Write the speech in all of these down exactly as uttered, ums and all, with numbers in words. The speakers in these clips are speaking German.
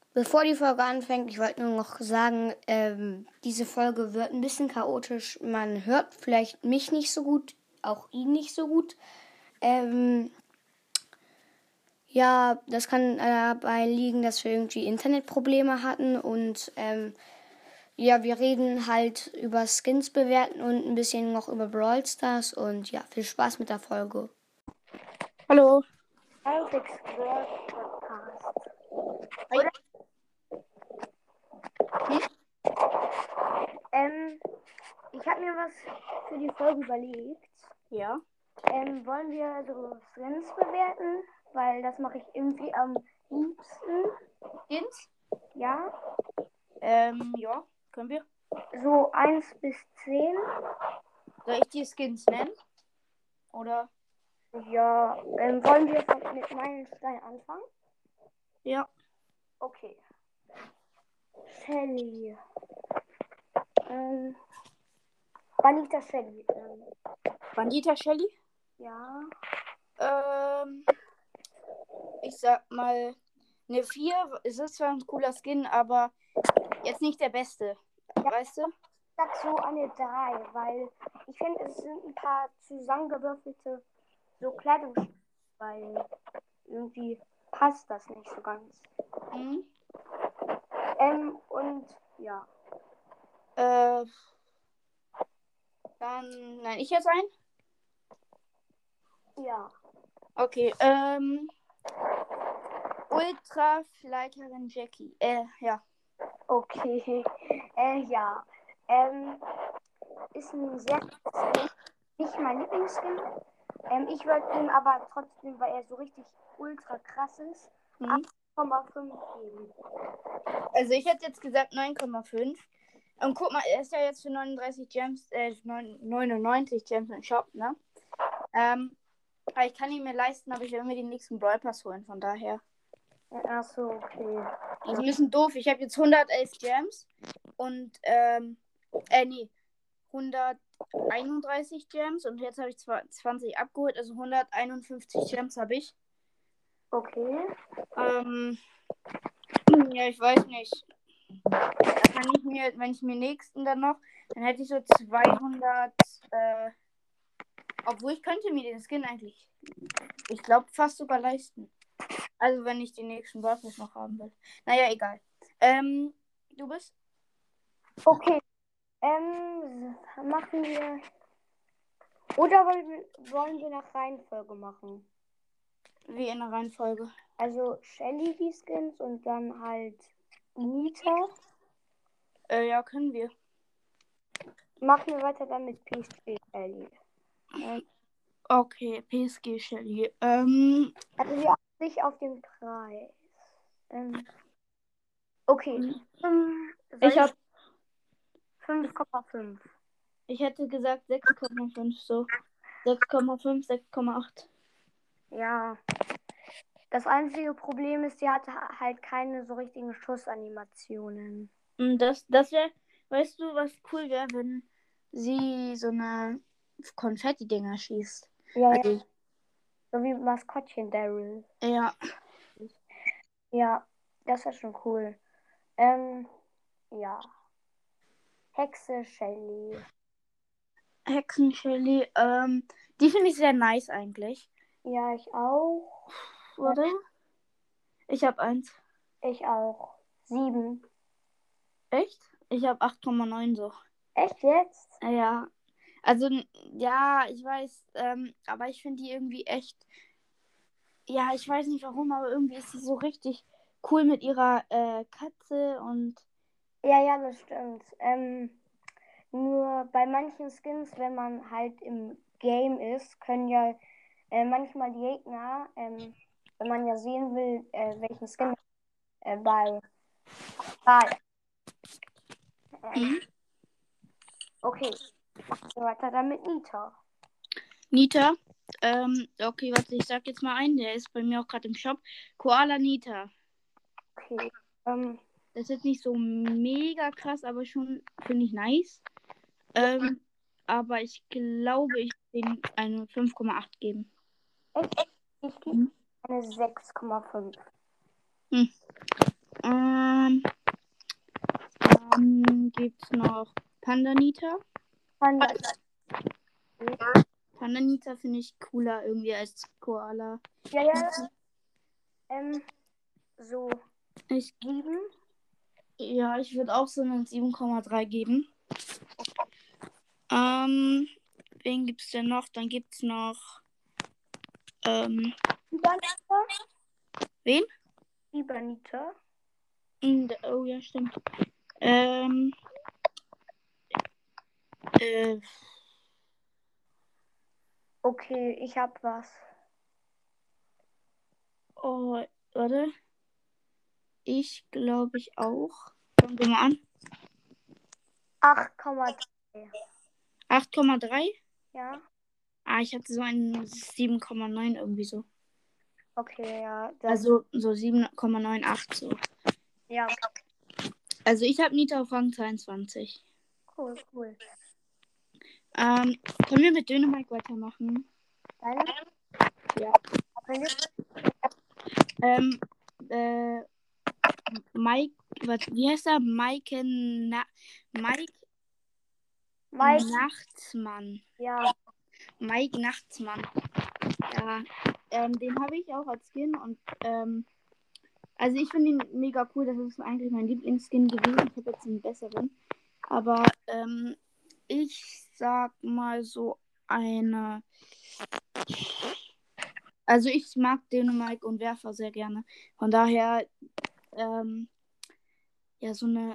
Bevor die Folge anfängt, ich wollte nur noch sagen, ähm, diese Folge wird ein bisschen chaotisch. Man hört vielleicht mich nicht so gut, auch ihn nicht so gut. Ähm, ja, das kann dabei liegen, dass wir irgendwie Internetprobleme hatten und ähm, ja, wir reden halt über Skins bewerten und ein bisschen noch über Brawl Stars und ja, viel Spaß mit der Folge. Hallo. Alex Brawl Podcast. Hi. Hm? Ähm, ich habe mir was für die Folge überlegt. Ja. Ähm, wollen wir so Skins bewerten? Weil das mache ich irgendwie am liebsten. Skins? Ja. Ähm, ja, können wir. So eins bis zehn. Soll ich die Skins nennen? Oder? Ja. Ähm, wollen wir von, mit Meilenstein anfangen? Ja. Okay. Shelly. Ähm, Vanita Shelly. Ähm, Bandita Shelly? ja. Ähm, ich sag mal, eine vier. Es ist zwar ein cooler Skin, aber jetzt nicht der beste. Ja. Weißt du? Ich sag so eine drei, weil ich finde, es sind ein paar zusammengewürfelte so Kleidungsstücke, weil irgendwie passt das nicht so ganz. Mhm. Ähm, und ja. Äh, dann nenne ich jetzt ein. Ja. Okay, ähm, Ultra-Fleiterin Jackie. Äh, ja. Okay. Äh, ja. Ähm, ist ein sehr Skin. Nicht mein Lieblingsskin. Ähm, ich würde ihm aber trotzdem, weil er so richtig ultra krass ist, Mhm. acht Komma fünf geben. Also ich hätte jetzt gesagt neun Komma fünf. Und guck mal, er ist ja jetzt für neununddreißig Gems, äh, neunundneunzig Gems im Shop, ne? Ähm, aber ich kann ihn mir leisten, aber ich will mir den nächsten Brawl Pass holen, von daher. Achso, okay. Das ist ein bisschen doof. Ich habe jetzt hundertelf Gems und, ähm, äh, nee, hunderteinunddreißig Gems und jetzt habe ich zwanzig abgeholt, also hunderteinundfünfzig Gems habe ich. Okay. Ähm, ja, ich weiß nicht. Da kann ich mir, wenn ich mir nächsten dann noch, dann hätte ich so zweihundert, äh, obwohl ich könnte mir den Skin eigentlich, ich glaube, fast sogar leisten. Also wenn ich den nächsten Wortpass noch haben will. Naja, egal. Ähm, du bist? Okay. Ähm, machen wir. Oder wollen wir, wollen wir nach Reihenfolge machen? Wie in der Reihenfolge. Also Shelly die Skins und dann halt Nita. Äh, ja, können wir. Machen wir weiter dann mit P S G Shelly. Ähm, Okay, P S G Shelly. Ähm, also wir achten nicht auf den Preis. Ähm, okay. Ähm, soll ich ich hab, fünf Komma fünf? ich hätte gesagt sechs Komma fünf so. sechs Komma fünf, sechs Komma acht. Ja. Das einzige Problem ist, die hatte halt keine so richtigen Schussanimationen. Und das, das wäre, weißt du, was cool wäre, wenn sie so eine Konfetti-Dinger schießt. Ja, ja. Also, So wie Maskottchen Daryl. ja. Ja, das ist schon cool. Ähm, ja. Hexe Shelly. Hexen Shelly, ähm, die finde ich sehr nice eigentlich. Ja, ich auch. Oder? Ich habe eins. Ich auch. Sieben. Echt? Ich habe acht Komma neun so. Echt jetzt? Ja. Also, n- ja, ich weiß, ähm, aber ich finde die irgendwie echt. Ja, ich weiß nicht warum, aber irgendwie ist sie so richtig cool mit ihrer äh, Katze und. Ja, ja, das stimmt. Ähm, nur bei manchen Skins, wenn man halt im Game ist, können ja äh, manchmal die Gegner, ähm, wenn man ja sehen will, äh, welchen Skin äh, bei. bei ähm, Mhm. okay, weiter dann mit Nita. Nita. Ähm, okay, warte, ich sag jetzt mal einen, der ist bei mir auch gerade im Shop. Koala Nita. Okay. Ähm, Das ist jetzt nicht so mega krass, aber schon finde ich nice. Ähm, aber ich glaube, ich will ihm eine fünf Komma acht geben. echt? Ich gebe Mhm. eine sechs Komma fünf. Hm. gibt's noch Pandanita. Panda. Pandanita finde ich cooler irgendwie als Koala. Ja, ja. Ähm, so Ich, sieben. ja, ich würde auch so einen sieben Komma drei geben. Ähm, wen gibt's denn noch? Dann gibt's noch ähm, Ibanita. wen? Ibanita. In der, oh ja, stimmt. Ähm, äh, Okay, ich hab was. oh, warte. Ich glaube ich auch. Fangen wir mal an. acht Komma drei. acht Komma drei? Ja. Ah, ich hatte so einen sieben Komma neun irgendwie so. Okay, ja. Das, Also so sieben Komma neunundachtzig so. ja, okay. Also ich habe Nita auf Rang zweiundzwanzig. Cool, cool. Ähm, können wir mit Dänemark weitermachen? Deine? Ja. Okay. Ähm, äh, Mike, was, wie heißt er? Mike, Na, Mike Mike. Nachtsmann. Ja. Mike Nachtsmann. Ja, ähm, den habe ich auch als Skin und ähm, also ich finde ihn mega cool. Das ist eigentlich mein Lieblingsskin gewesen. Ich habe jetzt einen besseren. Aber ähm, ich sag mal so eine. Also ich mag Dänemark und Werfer sehr gerne. Von daher, ähm, ja, so eine.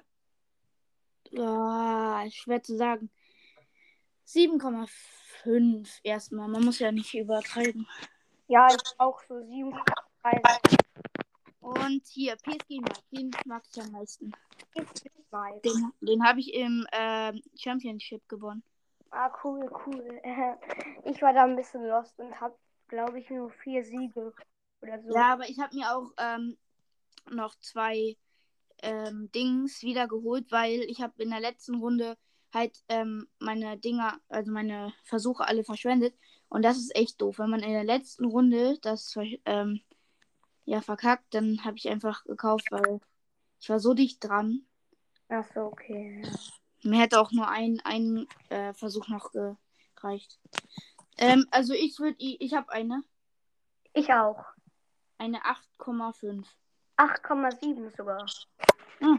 Ah, schwer zu sagen. sieben Komma fünf erstmal. Man muss ja nicht übertreiben. Ja, ich auch so sieben Komma drei. Und hier, P S G Mike, den mag ich am meisten. Mike. Den, den habe ich im ähm, Championship gewonnen. Ah, cool, cool. Ich war da ein bisschen lost und habe, glaube ich, nur vier Siege oder so. Ja, aber ich habe mir auch ähm, noch zwei ähm, Dings wiedergeholt, weil ich habe in der letzten Runde halt ähm, meine Dinger, also meine Versuche alle verschwendet. Und das ist echt doof. Wenn man in der letzten Runde das ähm, ja verkackt, dann habe ich einfach gekauft, weil ich war so dicht dran. Ach so, okay. Ja. Mir hätte auch nur ein, ein äh, Versuch noch gereicht. Ähm, also ich würde, ich habe eine. Ich auch. Eine acht Komma fünf. acht Komma sieben sogar. Hm.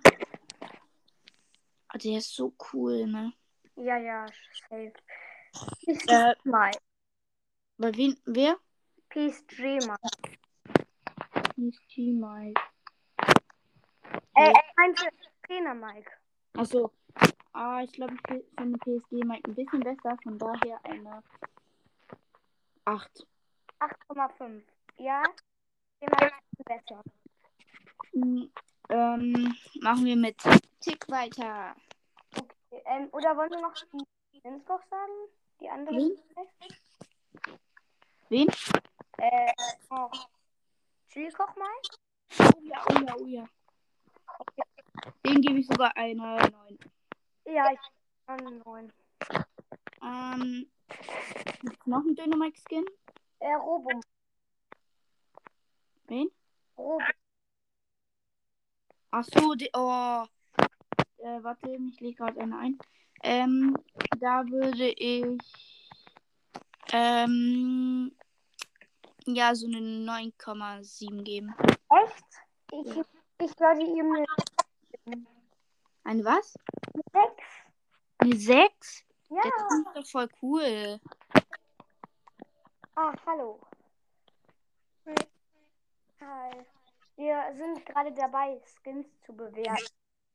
Der ist so cool, ne? Ja, ja, safe. Peace Äh, Mike. bei wen? Wer? Peace G Mike. Nicht G-Mike. Äh, mein Trainer Mike. Achso. Ah, ich glaube, ich finde P S G Mike ein bisschen besser. Von daher eine acht. acht Komma fünf. Ja, den mag ich besser. Hm, ähm, machen wir mit Tick weiter. Okay, ähm, oder wollen wir noch die Innsbruck sagen? Die andere? Wen? Wen? Äh, oh. Chili-Koch Mike? Oh ja, oh ja, oh ja. Okay. Dem gebe ich sogar eine neun. Ja, ich habe neun. Ähm, gibt's noch einen Dynamite-Skin? Äh, Robo. Wen? Robo. Achso, die, oh. Äh, warte, ich lege gerade eine ein. Ähm, da würde ich ähm, ja so eine neun Komma sieben geben. Echt? Ich, Ja. ich würde ihm eine Eine was? sechs. Eine sechs? Ja. Das ist doch voll cool. Ah, hallo. Hm, Hi. Wir sind gerade dabei, Skins zu bewerten.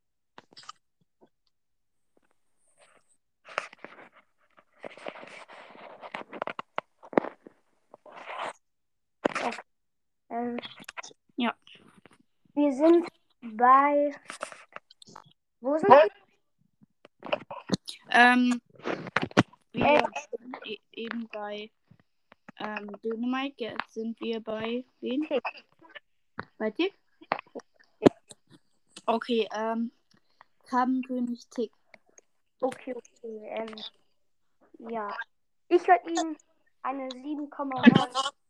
Okay. Ähm, Ja. wir sind bei. Wo sind wir? Ähm, wir Äh, sind e eben bei ähm, Dynamite. Jetzt sind wir bei wen? Tick. Bei Tick? Okay, ähm, Krabbenkönig Tick. Okay, okay. Ähm, ja. Ich würde ihm eine sieben Komma neun.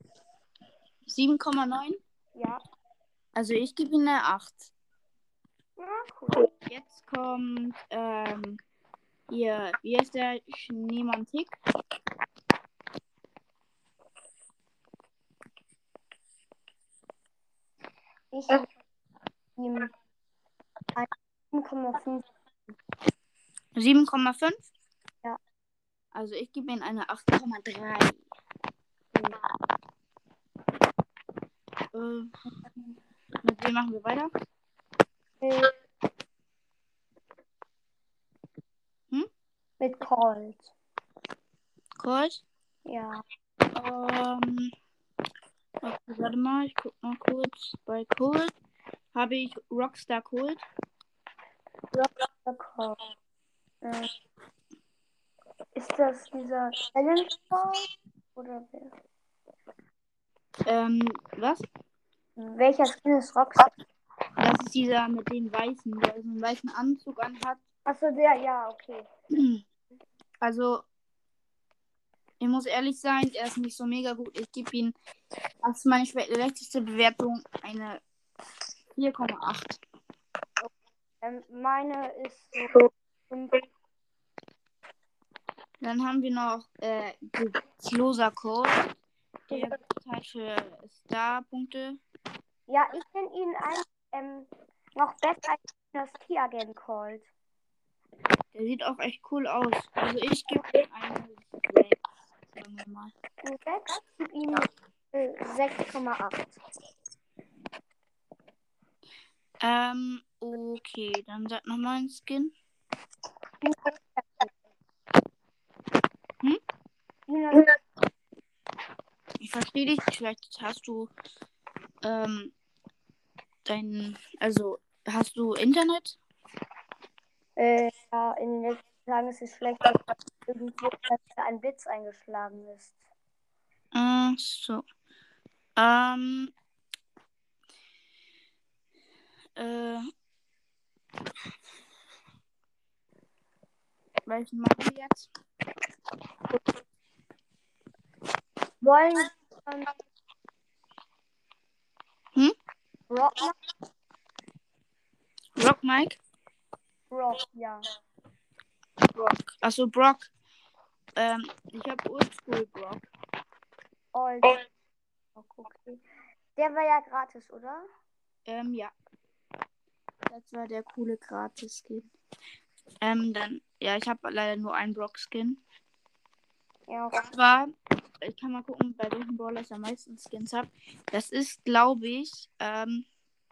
sieben Komma neun? Ja. Also ich gebe ihm eine acht. Ja, cool. Jetzt kommt, ähm, hier, wie heißt der Schneemann Tick? Ich gebe ihm ein sieben Komma fünf. sieben Komma fünf? Ja. Also ich gebe ihm eine acht Komma drei. Äh, mit wem machen wir weiter? Mit, Hm? mit Colt. Colt? Ja. Ähm, okay, warte mal, ich guck mal kurz. Bei Colt habe ich Rockstar Colt. Rockstar Colt. Äh, ist das dieser Challenge Colt? Oder wer? Ähm, was? Welcher Skin ist Rockstar? Das ist dieser mit den weißen, der so einen weißen Anzug anhat. Achso, der, ja, okay. Also, ich muss ehrlich sein, er ist nicht so mega gut. Ich gebe ihm als meine schlechteste Bewertung eine vier Komma acht. Ähm, meine ist so fünf. Dann haben wir noch äh, Closer Code. Der gibt halt für Star-Punkte. Ja, ich finde ihn eigentlich ähm, noch besser als das T-Agent Colt. Der sieht auch echt cool aus. Also ich gebe ihm eine sechs, sagen wir mal. Ein sechs, ich gebe ihm äh, sechs Komma acht. Ähm, okay, dann sag nochmal ein Skin. Hm? Ich verstehe dich. Vielleicht hast du ähm, dein, also hast du Internet? Äh, ja, in den letzten Tagen ist es schlecht, dass irgendwo ein Blitz eingeschlagen ist. Ach so. Ähm, äh, welchen machen wir jetzt? Wollen wir ähm, Hm? Brock machen? Rock Mike? Brock, ja. Brock. Achso, Brock. Ähm, ich habe Oldschool Brock. Old. Okay. Der war ja gratis, oder? Ähm, ja. Das war der coole Gratis-Skin. Ähm, dann, ja, ich habe leider nur einen Brock-Skin. Ja, Und zwar, ich kann mal gucken, bei welchen Brawler ich am meisten Skins habe. Das ist, glaube ich, ähm,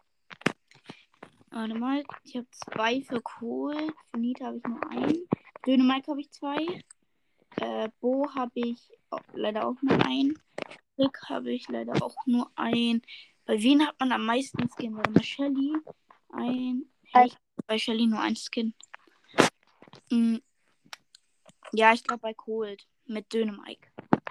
warte mal, ich habe zwei für Kohl. Für Nita habe ich nur einen. Dynamite habe ich zwei. Äh, Bo habe ich auch, leider auch nur einen. Rick habe ich leider auch nur einen. Bei wen hat man am meisten Skin? Warte mal, Shelly. Ein. Hey, ich habe bei Shelly nur ein Skin. Hm. Ja, ich glaube bei Cold. Mit Dynamite.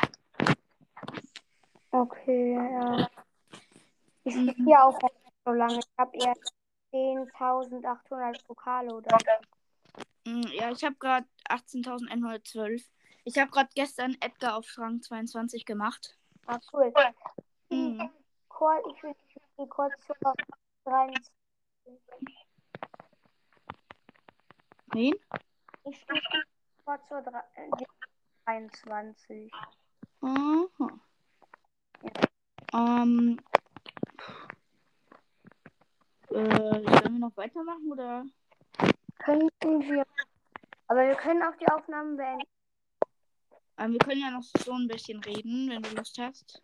okay, ja. Ich Mhm. spiele hier auch nicht so lange. Ich habe eher zehntausendachthundert Pokale oder. Mm, Ja, ich habe gerade achtzehntausendeinhundertzwölf. Ich habe gerade gestern Edgar auf Rang zweiundzwanzig gemacht. Ah, cool. Mhm. Call, ich will die Call zur dreiundzwanzig. Wen? Ich spiele Call zur dreiundzwanzig. Aha. Ähm, äh, sollen wir noch weitermachen oder? Könnten wir. Aber wir können auch die Aufnahmen beenden. Ähm, wir können ja noch so ein bisschen reden, wenn du Lust hast.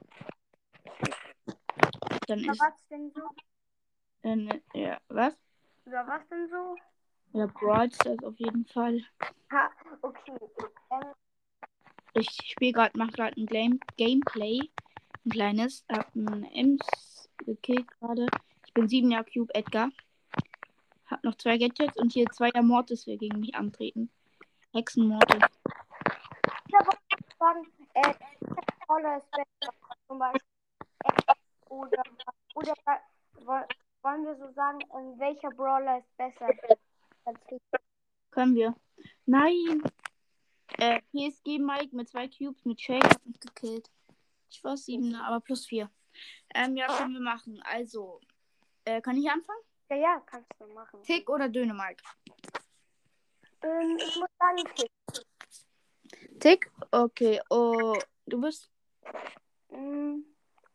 Dann Über ist. was denn so? Äh, ja, was? Über was denn so? Ja, Brawl Stars auf jeden Fall. Ha, okay. Ähm, Ich spiele gerade, mache gerade ein Game Gameplay. Ein kleines. Hab einen Ems gekillt gerade. Ich bin sieben Jahre Cube Edgar. Hab noch zwei Gadgets und hier zwei Mortis will gegen mich antreten. Hexenmortis. ich wollte sagen, äh, Caller ist besser. Zum Beispiel. Äh, oder, oder woll- wollen wir so sagen, ähm, welcher Brawler ist besser? Als ich? Können wir. Nein! Äh, P S G Mike mit zwei Cubes mit Shake hat mich gekillt. Ich war sieben, aber plus vier. Ähm, ja, können wir machen. Also, äh, kann ich anfangen? Ja, ja, kannst du machen. Tick oder Dänemark? Ähm, ich muss sagen, Tick. Tick? Okay. Oh, du bist? Ähm,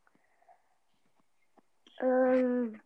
ähm,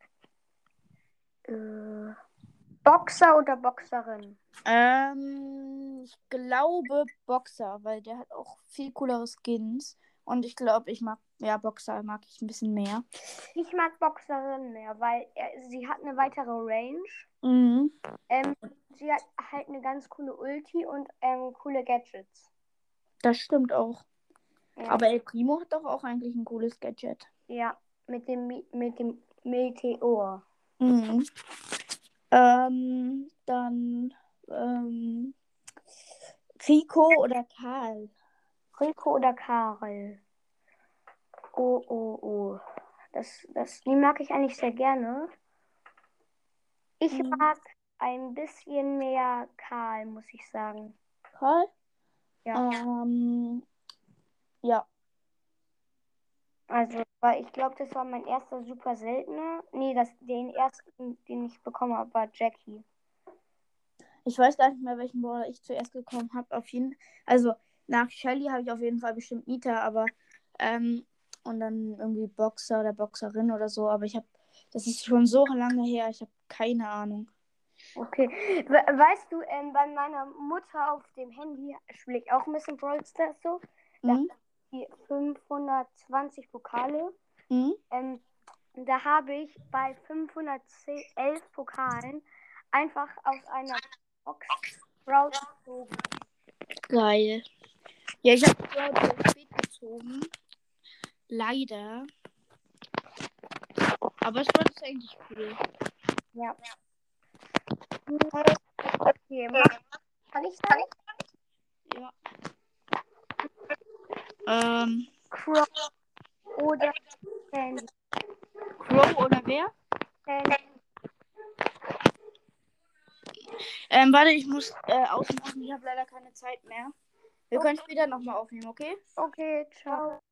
äh, Boxer oder Boxerin? Ähm, ich glaube Boxer, weil der hat auch viel coolere Skins. Und ich glaube, ich mag, ja, Boxer mag ich ein bisschen mehr. Ich mag Boxerin mehr, weil er, sie hat eine weitere Range. Mhm. Ähm, sie hat halt eine ganz coole Ulti und ähm, coole Gadgets. Das stimmt auch. Ja, Aber El Primo hat doch auch eigentlich ein cooles Gadget. ja, mit dem, Mi- mit dem Meteor. Mhm. Ähm, dann ähm, Rico oder Karl? Rico oder Karel? Oh, oh, oh. Das, das, die mag ich eigentlich sehr gerne. Ich Mhm. mag ein bisschen mehr Karl, muss ich sagen. Karl? Ja, Ähm, ja. also, weil ich glaube, das war mein erster super seltener. Nee, das, den ersten, den ich bekommen habe, war Jackie. Ich weiß gar nicht mehr, welchen Brawler ich zuerst bekommen habe. Auf jeden Also nach Shelly habe ich auf jeden Fall bestimmt Nita, aber ähm, und dann irgendwie Boxer oder Boxerin oder so. Aber ich habe, das ist schon so lange her, ich habe keine Ahnung. Okay. We weißt du, ähm, bei meiner Mutter auf dem Handy spiele ich auch ein bisschen Brawl Stars so. Da Mhm. habe ich die fünfhundertzwanzig Pokale. Mhm. Ähm, da habe ich bei fünfhundertelf Pokalen einfach aus einer Box Brawl gezogen. Geil. Ja, ich habe gerade spät gezogen. Leider. Aber es war das eigentlich cool. Ja. Okay, mach, kann ich dann? Ja. Ähm, Crow oder Sandy? Crow oder wer? Sandy. Ähm, warte, ich muss äh, ausmachen. Ich habe leider keine Zeit mehr. Wir können später nochmal aufnehmen, okay? Okay, ciao.